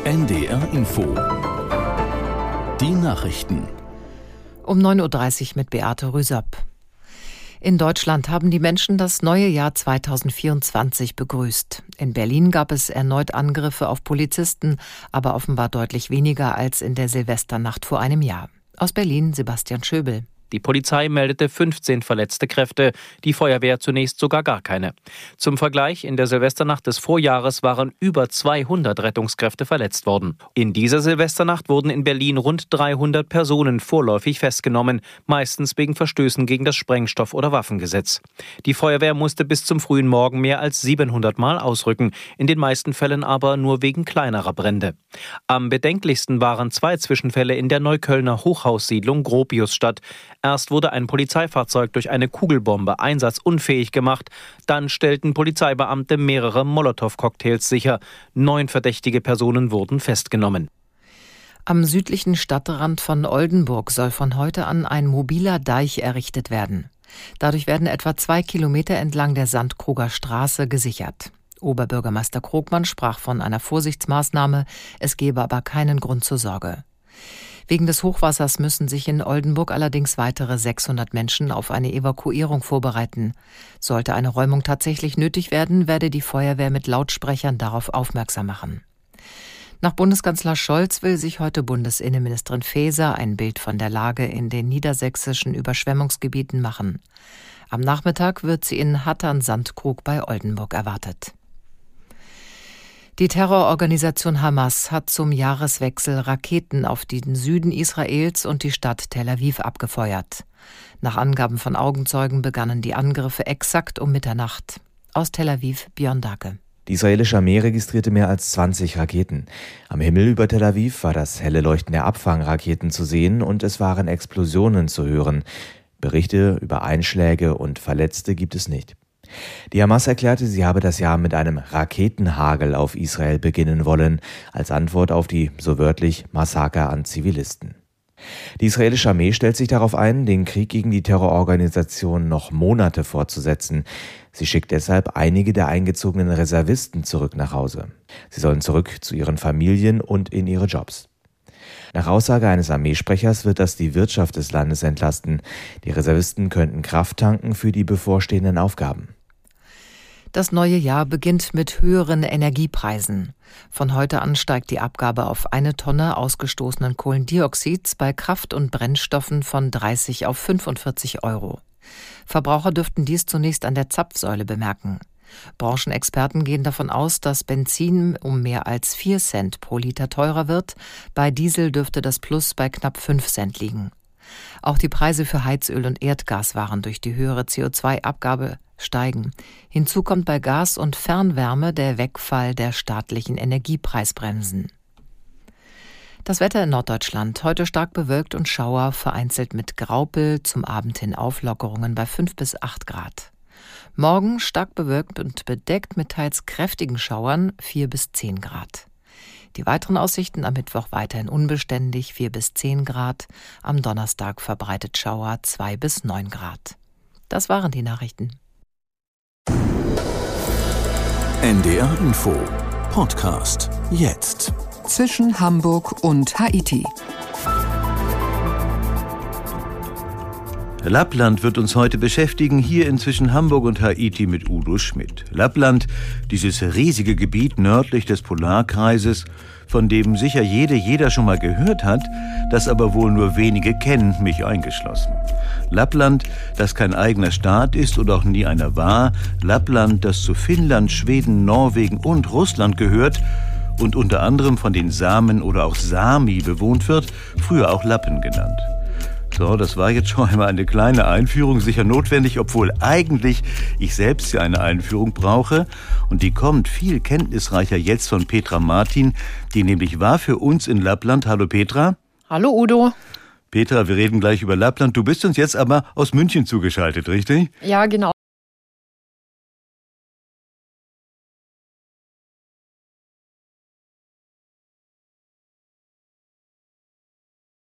NDR Info. Die Nachrichten. Um 9.30 Uhr mit Beate Rüsop. In Deutschland haben die Menschen das neue Jahr 2024 begrüßt. In Berlin gab es erneut Angriffe auf Polizisten, aber offenbar deutlich weniger als in der Silvesternacht vor einem Jahr. Aus Berlin Sebastian Schöbel. Die Polizei meldete 15 verletzte Kräfte, die Feuerwehr zunächst sogar gar keine. Zum Vergleich, in der Silvesternacht des Vorjahres waren über 200 Rettungskräfte verletzt worden. In dieser Silvesternacht wurden in Berlin rund 300 Personen vorläufig festgenommen, meistens wegen Verstößen gegen das Sprengstoff- oder Waffengesetz. Die Feuerwehr musste bis zum frühen Morgen mehr als 700 Mal ausrücken, in den meisten Fällen aber nur wegen kleinerer Brände. Am bedenklichsten waren 2 Zwischenfälle in der Neuköllner Hochhaussiedlung Gropiusstadt. Erst wurde ein Polizeifahrzeug durch eine Kugelbombe einsatzunfähig gemacht. Dann stellten Polizeibeamte mehrere Molotow-Cocktails sicher. 9 verdächtige Personen wurden festgenommen. Am südlichen Stadtrand von Oldenburg soll von heute an ein mobiler Deich errichtet werden. Dadurch werden etwa 2 Kilometer entlang der Sandkruger Straße gesichert. Oberbürgermeister Krogmann sprach von einer Vorsichtsmaßnahme. Es gebe aber keinen Grund zur Sorge. Wegen des Hochwassers müssen sich in Oldenburg allerdings weitere 600 Menschen auf eine Evakuierung vorbereiten. Sollte eine Räumung tatsächlich nötig werden, werde die Feuerwehr mit Lautsprechern darauf aufmerksam machen. Nach Bundeskanzler Scholz will sich heute Bundesinnenministerin Faeser ein Bild von der Lage in den niedersächsischen Überschwemmungsgebieten machen. Am Nachmittag wird sie in Hattern-Sandkrug bei Oldenburg erwartet. Die Terrororganisation Hamas hat zum Jahreswechsel Raketen auf den Süden Israels und die Stadt Tel Aviv abgefeuert. Nach Angaben von Augenzeugen begannen die Angriffe exakt um Mitternacht. Aus Tel Aviv Björn Dake. Die israelische Armee registrierte mehr als 20 Raketen. Am Himmel über Tel Aviv war das helle Leuchten der Abfangraketen zu sehen und es waren Explosionen zu hören. Berichte über Einschläge und Verletzte gibt es nicht. Die Hamas erklärte, sie habe das Jahr mit einem Raketenhagel auf Israel beginnen wollen, als Antwort auf die, so wörtlich, Massaker an Zivilisten. Die israelische Armee stellt sich darauf ein, den Krieg gegen die Terrororganisation noch Monate fortzusetzen. Sie schickt deshalb einige der eingezogenen Reservisten zurück nach Hause. Sie sollen zurück zu ihren Familien und in ihre Jobs. Nach Aussage eines Armeesprechers wird das die Wirtschaft des Landes entlasten. Die Reservisten könnten Kraft tanken für die bevorstehenden Aufgaben. Das neue Jahr beginnt mit höheren Energiepreisen. Von heute an steigt die Abgabe auf 1 Tonne ausgestoßenen Kohlendioxids bei Kraft- und Brennstoffen von 30 auf 45 Euro. Verbraucher dürften dies zunächst an der Zapfsäule bemerken. Branchenexperten gehen davon aus, dass Benzin um mehr als 4 Cent pro Liter teurer wird. Bei Diesel dürfte das Plus bei knapp 5 Cent liegen. Auch die Preise für Heizöl und Erdgas waren durch die höhere CO2-Abgabe steigen. Hinzu kommt bei Gas und Fernwärme der Wegfall der staatlichen Energiepreisbremsen. Das Wetter in Norddeutschland. Heute stark bewölkt und Schauer, vereinzelt mit Graupel, zum Abend hin Auflockerungen bei 5 bis 8 Grad. Morgen stark bewölkt und bedeckt mit teils kräftigen Schauern 4 bis 10 Grad. Die weiteren Aussichten am Mittwoch weiterhin unbeständig 4 bis 10 Grad. Am Donnerstag verbreitet Schauer 2 bis 9 Grad. Das waren die Nachrichten. NDR Info Podcast jetzt. Zwischen Hamburg und Haiti. Lappland wird uns heute beschäftigen, hier inzwischen Hamburg und Haiti mit Udo Schmidt. Lappland, dieses riesige Gebiet nördlich des Polarkreises, von dem sicher jeder schon mal gehört hat, das aber wohl nur wenige kennen, mich eingeschlossen. Lappland, das kein eigener Staat ist und auch nie einer war. Lappland, das zu Finnland, Schweden, Norwegen und Russland gehört und unter anderem von den Samen oder auch Sami bewohnt wird, früher auch Lappen genannt. So, das war jetzt schon einmal eine kleine Einführung, sicher notwendig, obwohl eigentlich ich selbst ja eine Einführung brauche. Und die kommt viel kenntnisreicher jetzt von Petra Martin, die nämlich war für uns in Lappland. Hallo Petra. Hallo Udo. Petra, wir reden gleich über Lappland. Du bist uns jetzt aber aus München zugeschaltet, richtig? Ja, genau.